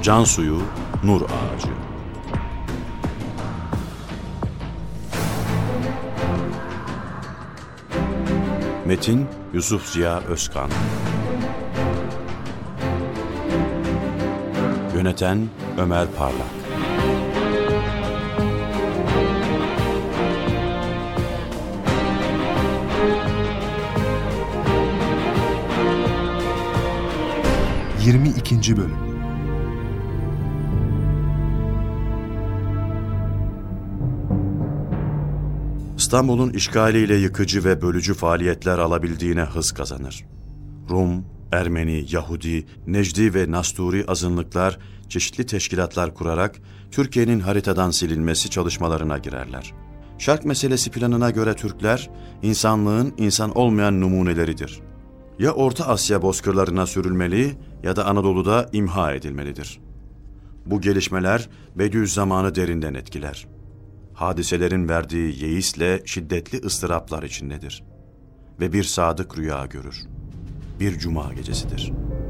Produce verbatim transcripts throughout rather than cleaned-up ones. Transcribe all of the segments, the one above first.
Can suyu, nur ağacı. Metin Yusuf Ziya Özkan. Yöneten Ömer Parlak. yirmi ikinci Bölüm. İstanbul'un işgaliyle yıkıcı ve bölücü faaliyetler alabildiğine hız kazanır. Rum, Ermeni, Yahudi, Necdi ve Nasturi azınlıklar çeşitli teşkilatlar kurarak Türkiye'nin haritadan silinmesi çalışmalarına girerler. Şark meselesi planına göre Türkler, insanlığın insan olmayan numuneleridir. Ya Orta Asya bozkırlarına sürülmeli ya da Anadolu'da imha edilmelidir. Bu gelişmeler Bediüzzaman'ı derinden etkiler. Hadiselerin verdiği yeisle şiddetli ıstıraplar içindedir. Ve bir sadık rüya görür. Bir cuma gecesidir.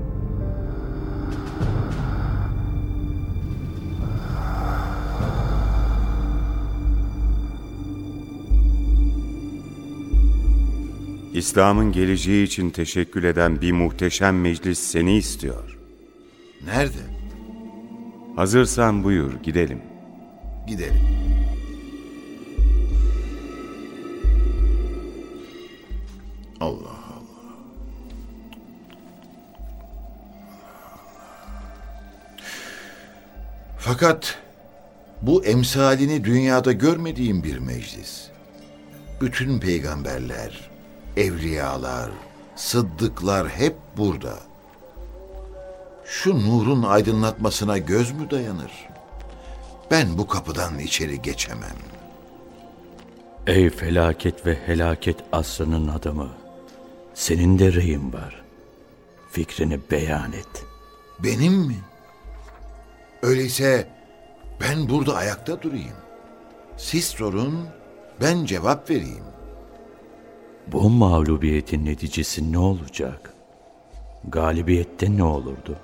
İslam'ın geleceği için teşekkül eden bir muhteşem meclis seni istiyor. Nerede? Hazırsan buyur, gidelim. Gidelim. Allah Allah. Fakat bu emsalini dünyada görmediğim bir meclis. Bütün peygamberler, evliyalar, sıddıklar hep burada. Şu nurun aydınlatmasına göz mü dayanır? Ben bu kapıdan içeri geçemem. Ey felaket ve helaket asrının adamı, senin de reyin var. Fikrini beyan et. Benim mi? Öyleyse ben burada ayakta durayım. Siz sorun, ben cevap vereyim. Bu mağlubiyetin neticesi ne olacak? Galibiyette ne olurdu?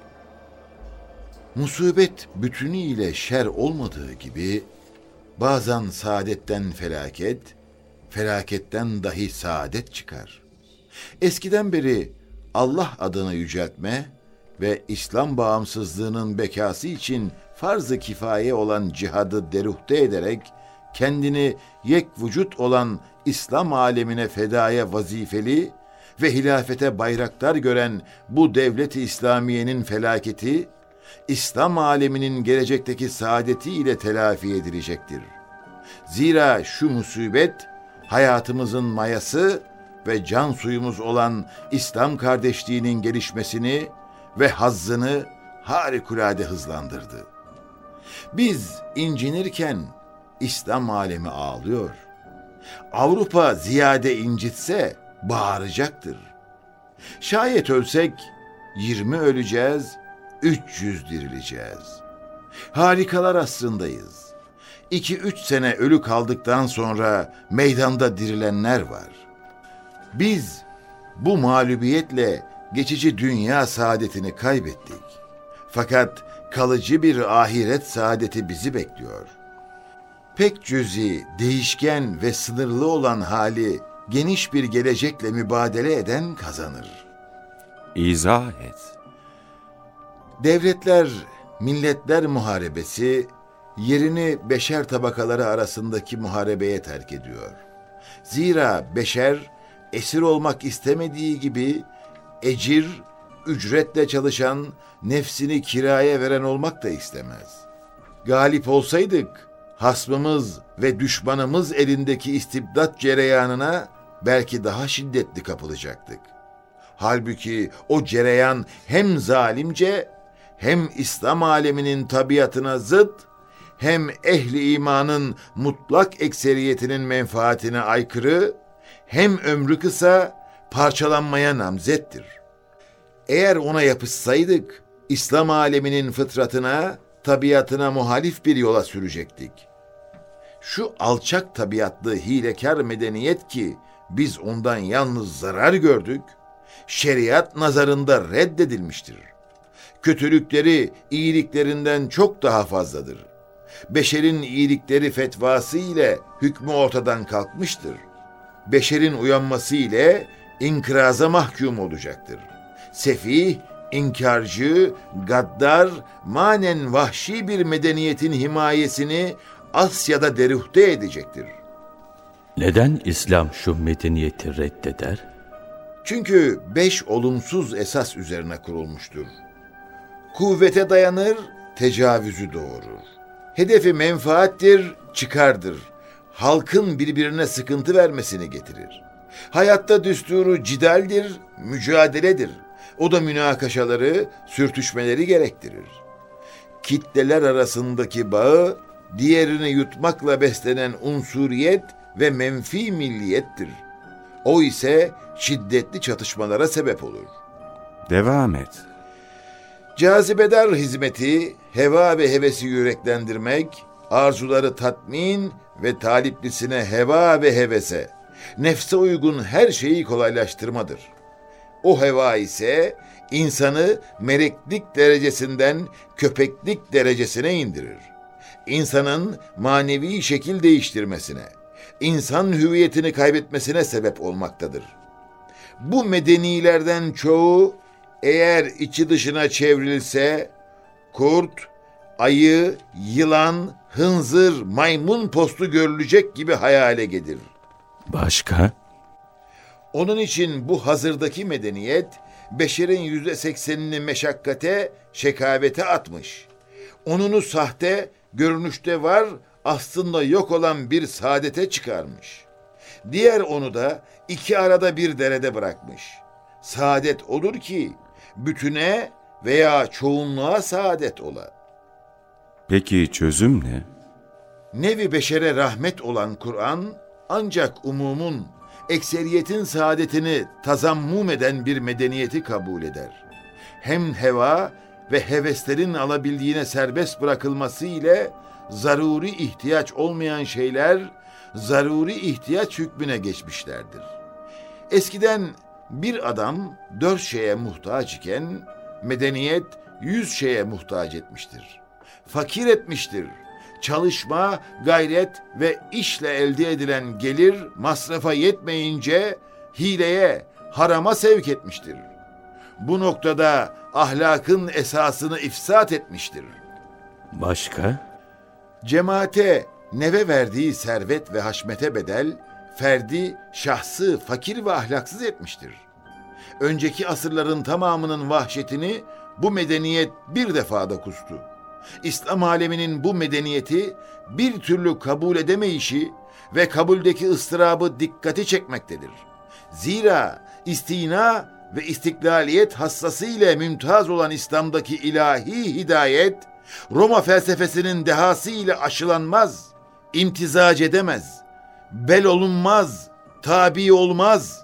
Musibet bütünüyle şer olmadığı gibi, bazen saadetten felaket, felaketten dahi saadet çıkar. Eskiden beri Allah adını yüceltme ve İslam bağımsızlığının bekası için farz-ı kifaye olan cihadı deruhte ederek, kendini yek vücut olan İslam alemine fedaya vazifeli ve hilafete bayraktar gören bu devlet-i İslamiye'nin felaketi, İslam aleminin gelecekteki saadeti ile telafi edilecektir. Zira şu musibet, hayatımızın mayası ve can suyumuz olan İslam kardeşliğinin gelişmesini ve hazzını harikulade hızlandırdı. Biz incinirken İslam alemi ağlıyor. Avrupa ziyade incitse bağıracaktır. Şayet ölsek yirmi öleceğiz, üç yüz dirileceğiz. Harikalar asrındayız. İki üç sene ölü kaldıktan sonra meydanda dirilenler var. Biz bu mağlubiyetle geçici dünya saadetini kaybettik. Fakat kalıcı bir ahiret saadeti bizi bekliyor. Pek cüzi, değişken ve sınırlı olan hali geniş bir gelecekle mübadele eden kazanır. İzah et. Devletler, milletler muharebesi yerini beşer tabakaları arasındaki muharebeye terk ediyor. Zira beşer esir olmak istemediği gibi ecir, ücretle çalışan, nefsini kiraya veren olmak da istemez. Galip olsaydık, hasmımız ve düşmanımız elindeki istibdat cereyanına belki daha şiddetli kapılacaktık. Halbuki o cereyan hem zalimce, hem İslam aleminin tabiatına zıt, hem ehli imanın mutlak ekseriyetinin menfaatine aykırı, hem ömrü kısa, parçalanmaya namzettir. Eğer ona yapışsaydık, İslam aleminin fıtratına, tabiatına muhalif bir yola sürecektik. Şu alçak tabiatlı hilekar medeniyet ki biz ondan yalnız zarar gördük, şeriat nazarında reddedilmiştir. Kötülükleri iyiliklerinden çok daha fazladır. Beşerin iyilikleri fetvası ile hükmü ortadan kalkmıştır. Beşerin uyanması ile inkıraza mahkum olacaktır. Sefih, inkarcı, gaddar, manen vahşi bir medeniyetin himayesini Asya'da deruhte edecektir. Neden İslam şu medeniyeti reddeder? Çünkü beş olumsuz esas üzerine kurulmuştur. Kuvvete dayanır, tecavüzü doğurur. Hedefi menfaattir, çıkardır. Halkın birbirine sıkıntı vermesini getirir. Hayatta düsturu cidaldir, mücadeledir. O da münakaşaları, sürtüşmeleri gerektirir. Kitleler arasındaki bağı, diğerini yutmakla beslenen unsuriyet ve menfi milliyettir. O ise şiddetli çatışmalara sebep olur. Devam et. Cazibedar hizmeti, heva ve hevesi yüreklendirmek, arzuları tatmin ve taliplisine heva ve hevese, nefse uygun her şeyi kolaylaştırmadır. O heva ise insanı meleklik derecesinden köpeklik derecesine indirir. İnsanın manevi şekil değiştirmesine, insan hüviyetini kaybetmesine sebep olmaktadır. Bu medenilerden çoğu eğer içi dışına çevrilse kurt, ayı, yılan, hınzır, maymun postu görülecek gibi hayale gelir. Başka? Onun için bu hazırdaki medeniyet beşerin yüzde seksenini meşakkate, şekavete atmış. Onunu sahte, görünüşte var, aslında yok olan bir saadete çıkarmış. Diğer onu da iki arada bir derede bırakmış. Saadet olur ki bütüne veya çoğunluğa saadet ola. Peki çözüm ne? Nevi beşere rahmet olan Kur'an ancak umumun, ekseriyetin saadetini tazammum eden bir medeniyeti kabul eder. Hem heva ve heveslerin alabildiğine serbest bırakılması ile zaruri ihtiyaç olmayan şeyler zaruri ihtiyaç hükmüne geçmişlerdir. Eskiden bir adam dört şeye muhtaç iken medeniyet yüz şeye muhtaç etmiştir. Fakir etmiştir. Çalışma, gayret ve işle elde edilen gelir masrafa yetmeyince hileye, harama sevk etmiştir. Bu noktada ahlakın esasını ifsat etmiştir. Başka? Cemaate neve verdiği servet ve haşmete bedel, ferdi, şahsı fakir ve ahlaksız etmiştir. Önceki asırların tamamının vahşetini bu medeniyet bir defada kustu. İslam aleminin bu medeniyeti bir türlü kabul edemeyişi ve kabuldeki ıstırabı dikkati çekmektedir. Zira istina ve istiklaliyet hassası ile mümtaz olan İslam'daki ilahi hidayet, Roma felsefesinin dehası ile aşılanmaz, imtizac edemez, bel olunmaz, tabi olmaz.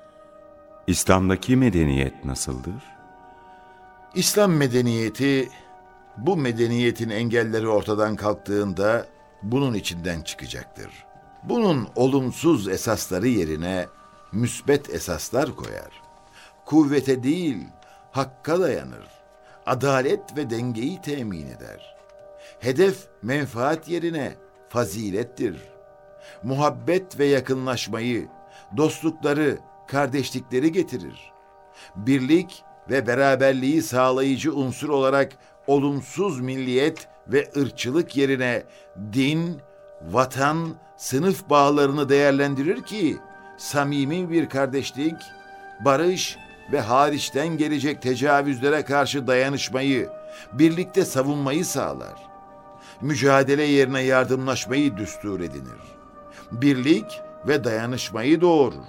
İslam'daki medeniyet nasıldır? İslam medeniyeti, bu medeniyetin engelleri ortadan kalktığında bunun içinden çıkacaktır. Bunun olumsuz esasları yerine müsbet esaslar koyar. Kuvvete değil, hakka dayanır. Adalet ve dengeyi temin eder. Hedef menfaat yerine fazilettir. Muhabbet ve yakınlaşmayı, dostlukları, kardeşlikleri getirir. Birlik ve beraberliği sağlayıcı unsur olarak olumsuz milliyet ve ırkçılık yerine din, vatan, sınıf bağlarını değerlendirir ki samimi bir kardeşlik, barış ve hariçten gelecek tecavüzlere karşı dayanışmayı, birlikte savunmayı sağlar. Mücadele yerine yardımlaşmayı düstur edinir. Birlik ve dayanışmayı doğurur.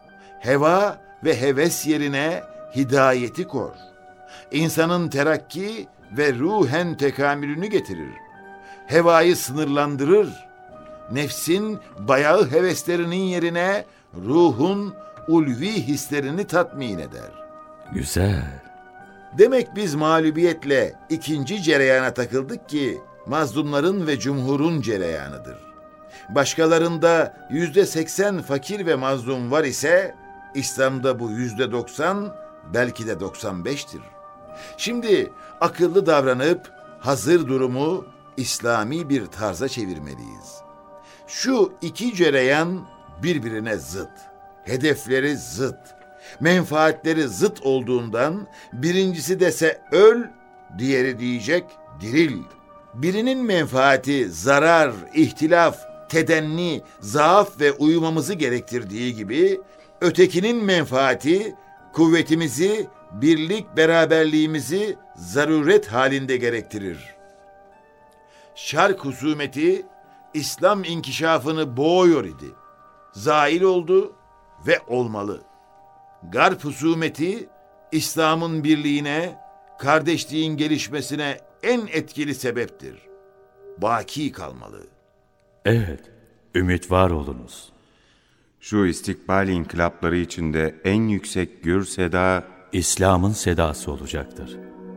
Heva ve heves yerine hidayeti kor. İnsanın terakki ve ruhen tekamülünü getirir. Hevayı sınırlandırır. Nefsin bayağı heveslerinin yerine ruhun ulvi hislerini tatmin eder. Güzel. Demek biz mağlubiyetle ikinci cereyana takıldık ki mazlumların ve cumhurun cereyanıdır. Başkalarında yüzde seksen fakir ve mazlum var ise İslam'da bu yüzde doksan belki de doksan beştir. Şimdi akıllı davranıp hazır durumu İslami bir tarza çevirmeliyiz. Şu iki cereyan birbirine zıt, hedefleri zıt, menfaatleri zıt olduğundan birincisi dese öl, diğeri diyecek diril. Birinin menfaati zarar, ihtilaf, tedenni, zaaf ve uyumamızı gerektirdiği gibi ötekinin menfaati kuvvetimizi, birlik beraberliğimizi zaruret halinde gerektirir. Şark husumeti İslam inkişafını boğuyor idi. Zail oldu ve olmalı. Garp husumeti İslam'ın birliğine, kardeşliğin gelişmesine en etkili sebeptir. Baki kalmalı. Evet, ümit var olunuz. Şu istikbal inkılapları içinde en yüksek gür seda İslam'ın sedası olacaktır.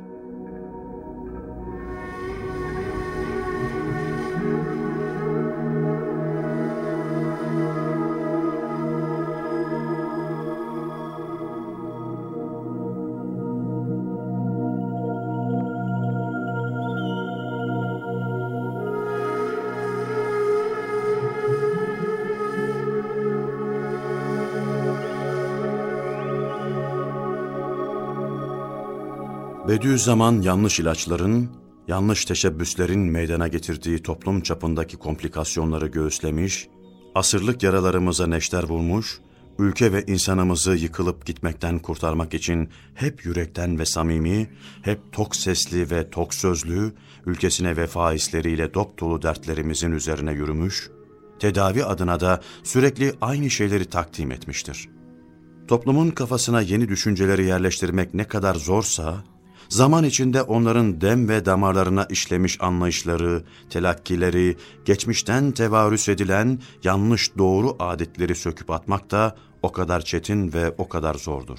Bediüzzaman yanlış ilaçların, yanlış teşebbüslerin meydana getirdiği toplum çapındaki komplikasyonları göğüslemiş, asırlık yaralarımıza neşter vurmuş, ülke ve insanımızı yıkılıp gitmekten kurtarmak için hep yürekten ve samimi, hep tok sesli ve tok sözlü, ülkesine vefa hisleriyle dop dolu dertlerimizin üzerine yürümüş, tedavi adına da sürekli aynı şeyleri takdim etmiştir. Toplumun kafasına yeni düşünceleri yerleştirmek ne kadar zorsa, zaman içinde onların dem ve damarlarına işlemiş anlayışları, telakkileri, geçmişten tevarüs edilen yanlış doğru adetleri söküp atmak da o kadar çetin ve o kadar zordur.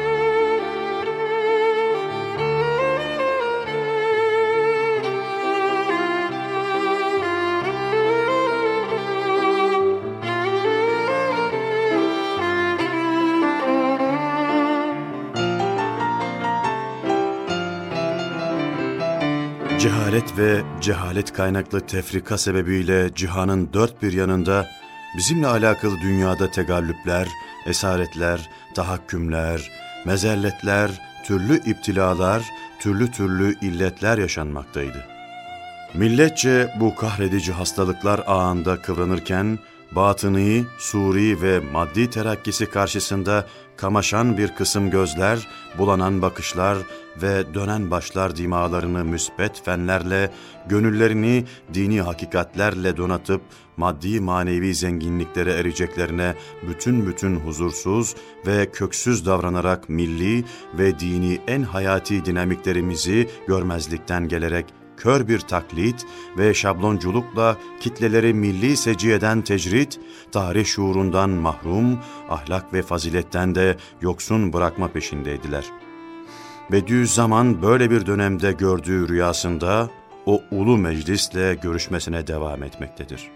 Cehalet ve cehalet kaynaklı tefrika sebebiyle cihanın dört bir yanında bizimle alakalı dünyada tegallüpler, esaretler, tahakkümler, mezelletler, türlü iptilalar, türlü türlü illetler yaşanmaktaydı. Milletçe bu kahredici hastalıklar ağında kıvranırken, batıni, suri ve maddi terakkisi karşısında kamaşan bir kısım gözler, bulanan bakışlar ve dönen başlar dimağlarını müsbet fenlerle, gönüllerini dini hakikatlerle donatıp maddi manevi zenginliklere ereceklerine bütün bütün huzursuz ve köksüz davranarak milli ve dini en hayati dinamiklerimizi görmezlikten gelerek kör bir taklit ve şablonculukla kitleleri milli seciyeden tecrit, tarih şuurundan mahrum, ahlak ve faziletten de yoksun bırakma peşindeydiler. Bediüzzaman böyle bir dönemde gördüğü rüyasında o ulu meclisle görüşmesine devam etmektedir.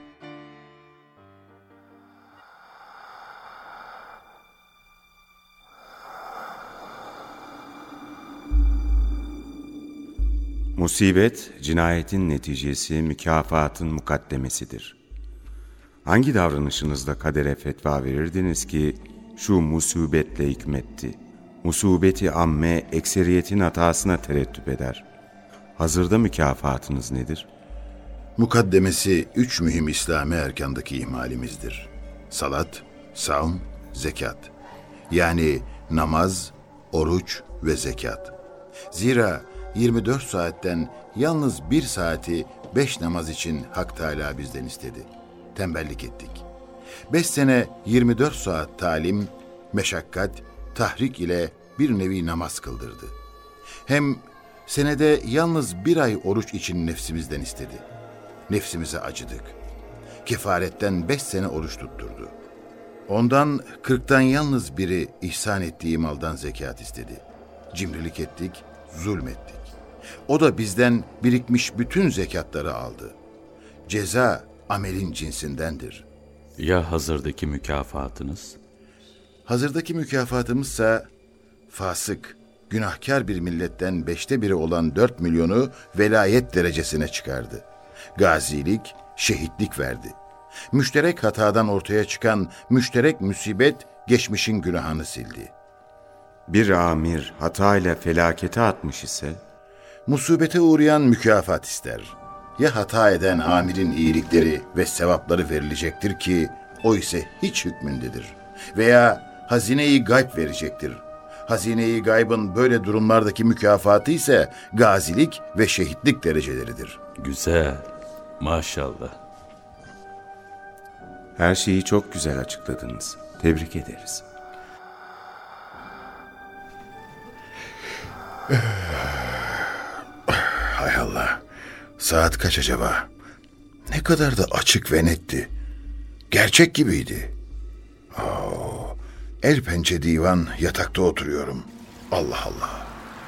Musibet, cinayetin neticesi, mükafatın mukaddemesidir. Hangi davranışınızda kadere fetva verirdiniz ki şu musibetle hükmetti? Musibeti amme, ekseriyetin hatasına terettüp eder. Hazırda mükafatınız nedir? Mukaddemesi üç mühim İslami erkandaki ihmalimizdir. Salat, savm, zekat. Yani namaz, oruç ve zekat. Zira yirmi dört saatten yalnız bir saati beş namaz için Hak Teâlâ bizden istedi. Tembellik ettik. Beş sene yirmi dört saat talim, meşakkat, tahrik ile bir nevi namaz kıldırdı. Hem senede yalnız bir ay oruç için nefsimizden istedi. Nefsimize acıdık. Kefaretten beş sene oruç tutturdu. Ondan kırktan yalnız biri ihsan ettiği maldan zekat istedi. Cimrilik ettik, zulmettik. O da bizden birikmiş bütün zekatları aldı. Ceza amelin cinsindendir. Ya hazırdaki mükafatınız? Hazırdaki mükafatımızsa fasık, günahkar bir milletten beşte biri olan dört milyonu velayet derecesine çıkardı. Gazilik, şehitlik verdi. Müşterek hatadan ortaya çıkan müşterek musibet geçmişin günahını sildi. Bir amir hatayla felakete atmış ise, Musibete uğrayan mükafat ister. Ya hata eden amirin iyilikleri ve sevapları verilecektir ki o ise hiç hükmündedir. Veya hazine-i gayb verecektir. Hazine-i gaybın böyle durumlardaki mükafatı ise gazilik ve şehitlik dereceleridir. Güzel. Maşallah. her şeyi çok güzel açıkladınız. Tebrik ederiz. Hay Allah. Saat kaç acaba? Ne kadar da açık ve netti. Gerçek gibiydi. Oo, el pençe divan yatakta oturuyorum. Allah Allah.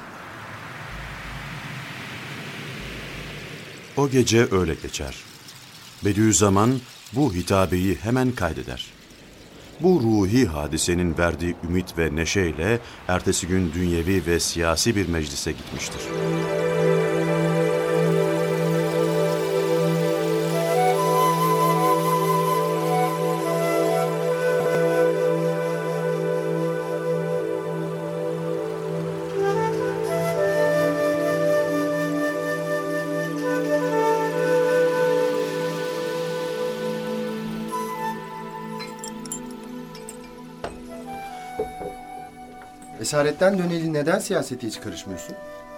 O gece öyle geçer. Bediüzzaman bu hitabeyi hemen kaydeder. Bu ruhi hadisenin verdiği ümit ve neşeyle ertesi gün dünyevi ve siyasi bir meclise gitmiştir. Esaretten döneli neden siyasete hiç karışmıyorsun?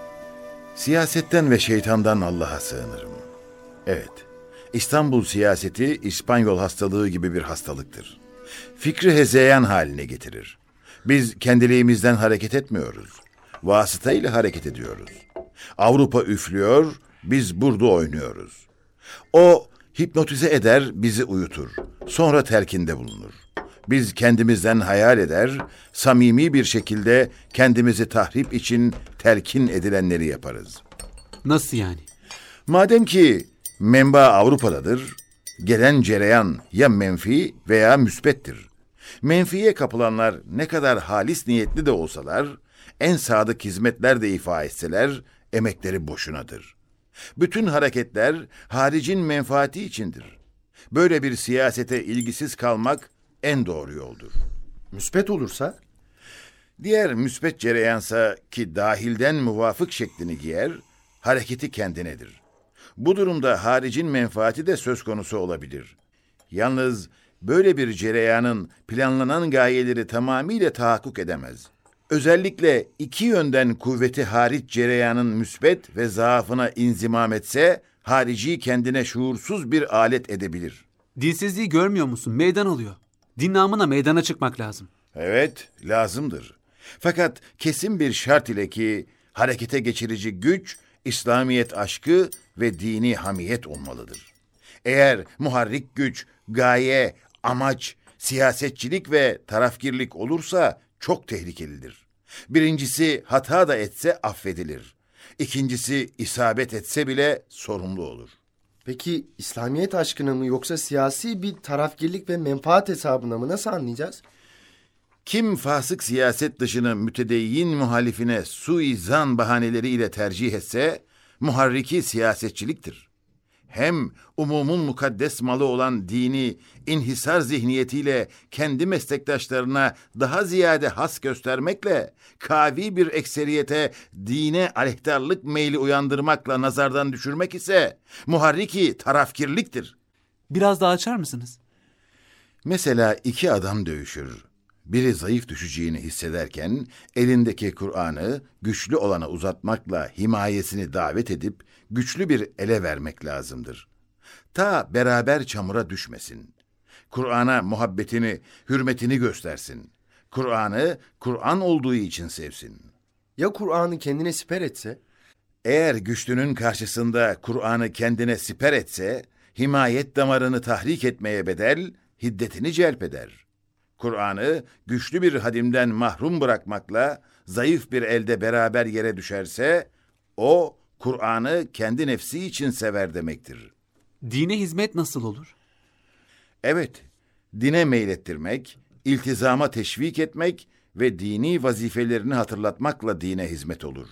Siyasetten ve şeytandan Allah'a sığınırım. Evet, İstanbul siyaseti İspanyol hastalığı gibi bir hastalıktır. Fikri hezeyan haline getirir. Biz kendiliğimizden hareket etmiyoruz. Vasıtayla hareket ediyoruz. Avrupa üflüyor, biz burada oynuyoruz. O hipnotize eder, bizi uyutur. Sonra telkinde bulunur. Biz kendimizden hayal eder, samimi bir şekilde kendimizi tahrip için telkin edilenleri yaparız. Nasıl yani? Madem ki menba Avrupa'dadır, gelen cereyan ya menfi veya müsbettir. Menfiye kapılanlar ne kadar halis niyetli de olsalar, en sadık hizmetler de ifa etseler, emekleri boşunadır. Bütün hareketler haricin menfaati içindir. Böyle bir siyasete ilgisiz kalmak en doğru yoldur. Müspet olursa? Diğer müsbet cereyansa ki dahilden muvafık şeklini giyer, hareketi kendinedir. Bu durumda haricin menfaati de söz konusu olabilir. Yalnız böyle bir cereyanın planlanan gayeleri tamamıyla tahakkuk edemez. Özellikle iki yönden kuvveti hariç cereyanın müsbet ve zaafına inzimam etse, harici kendine şuursuz bir alet edebilir. Dinsizliği görmüyor musun? Meydan alıyor. Din namına meydana çıkmak lazım. Evet, lazımdır. Fakat kesin bir şart ile ki harekete geçirici güç, İslamiyet aşkı ve dini hamiyet olmalıdır. Eğer muharrik güç, gaye, amaç, siyasetçilik ve tarafgirlik olursa çok tehlikelidir. Birincisi hata da etse affedilir. İkincisi isabet etse bile sorumlu olur. Peki İslamiyet aşkına mı yoksa siyasi bir tarafgirlik ve menfaat hesabına mı, nasıl anlayacağız? Kim fasık siyaset dışını mütedeyyin muhalifine suizan bahaneleriyle tercih etse, muharriki siyasetçiliktir. Hem umumun mukaddes malı olan dini inhisar zihniyetiyle kendi meslektaşlarına daha ziyade has göstermekle, kavi bir ekseriyete dine aleyhtarlık meyli uyandırmakla nazardan düşürmek ise muharriki tarafkirliktir. Biraz daha açar mısınız? Mesela iki adam dövüşür. Biri zayıf düşeceğini hissederken elindeki Kur'an'ı güçlü olana uzatmakla himayesini davet edip güçlü bir ele vermek lazımdır. Ta beraber çamura düşmesin. Kur'an'a muhabbetini, hürmetini göstersin. Kur'an'ı Kur'an olduğu için sevsin. Ya Kur'an'ı kendine siper etse? Eğer güçlünün karşısında Kur'an'ı kendine siper etse, himayet damarını tahrik etmeye bedel, hiddetini celp eder. Kur'an'ı güçlü bir hadimden mahrum bırakmakla zayıf bir elde beraber yere düşerse, o Kur'an'ı kendi nefsi için sever demektir. Dine hizmet nasıl olur? Evet, dine meylettirmek, iltizama teşvik etmek ve dini vazifelerini hatırlatmakla dine hizmet olur.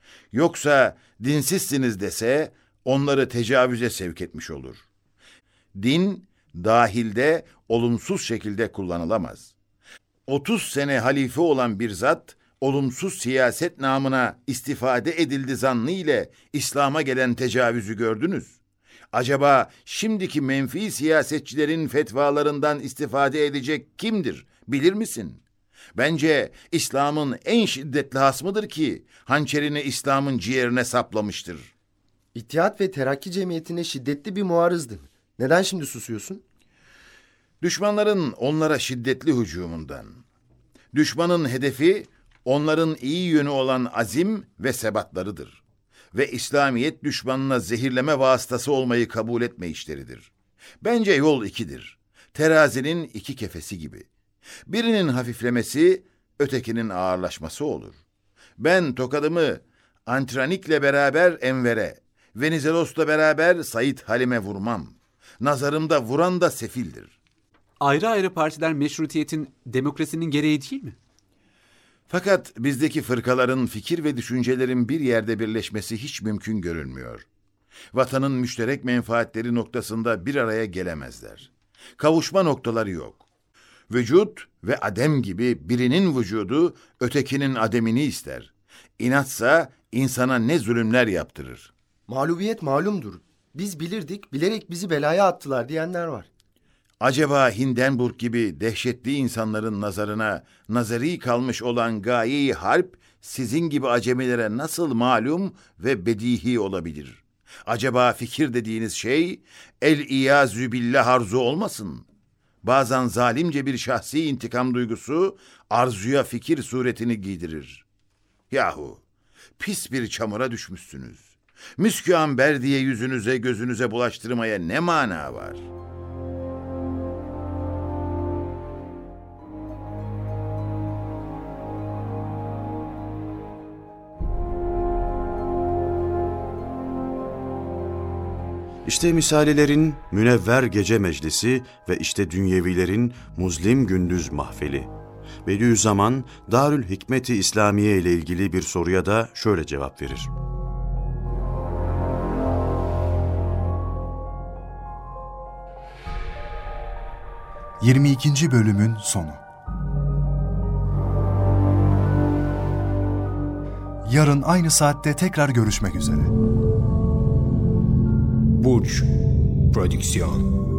Yoksa dinsizsiniz dese onları tecavüze sevk etmiş olur. Din dahilde olumsuz şekilde kullanılamaz. otuz sene halife olan bir zat, olumsuz siyaset namına istifade edildi zannı ile İslam'a gelen tecavüzü gördünüz. Acaba şimdiki menfi siyasetçilerin fetvalarından istifade edecek kimdir, bilir misin? Bence İslam'ın en şiddetli hasmıdır ki hançerini İslam'ın ciğerine saplamıştır. İttihat ve Terakki Cemiyeti'ne şiddetli bir muarızdın. Neden şimdi susuyorsun? Düşmanların onlara şiddetli hücumundan. Düşmanın hedefi onların iyi yönü olan azim ve sebatlarıdır. Ve İslamiyet düşmanına zehirleme vasıtası olmayı kabul etme işleridir. Bence yol ikidir. Terazinin iki kefesi gibi. Birinin hafiflemesi, ötekinin ağırlaşması olur. Ben tokadımı Antranik'le beraber Enver'e, Venizelos'la beraber Said Halim'e vurmam. Nazarımda vuran da sefildir. Ayrı ayrı partiler meşrutiyetin, demokrasinin gereği değil mi? Fakat bizdeki fırkaların fikir ve düşüncelerin bir yerde birleşmesi hiç mümkün görünmüyor. Vatanın müşterek menfaatleri noktasında bir araya gelemezler. Kavuşma noktaları yok. Vücut ve adem gibi birinin vücudu ötekinin ademini ister. İnatsa insana ne zulümler yaptırır. Mağlubiyet malumdur. Biz bilirdik, bilerek bizi belaya attılar diyenler var. Acaba Hindenburg gibi dehşetli insanların nazarına nazari kalmış olan gaye-i harp sizin gibi acemilere nasıl malum ve bedihi olabilir? Acaba fikir dediğiniz şey el-iyazü billah arzu olmasın? Bazen zalimce bir şahsi intikam duygusu arzuya fikir suretini giydirir. Yahu pis bir çamura düşmüşsünüz. Müskü amber diye yüzünüze gözünüze bulaştırmaya ne mana var? İşte misalilerin münevver gece meclisi ve işte dünyevilerin muzlim gündüz mahfeli. Bediüzzaman Darül Hikmet-i İslamiye ile ilgili bir soruya da şöyle cevap verir. yirmi ikinci bölümün sonu. Yarın aynı saatte tekrar görüşmek üzere. Burç Prodüksiyon.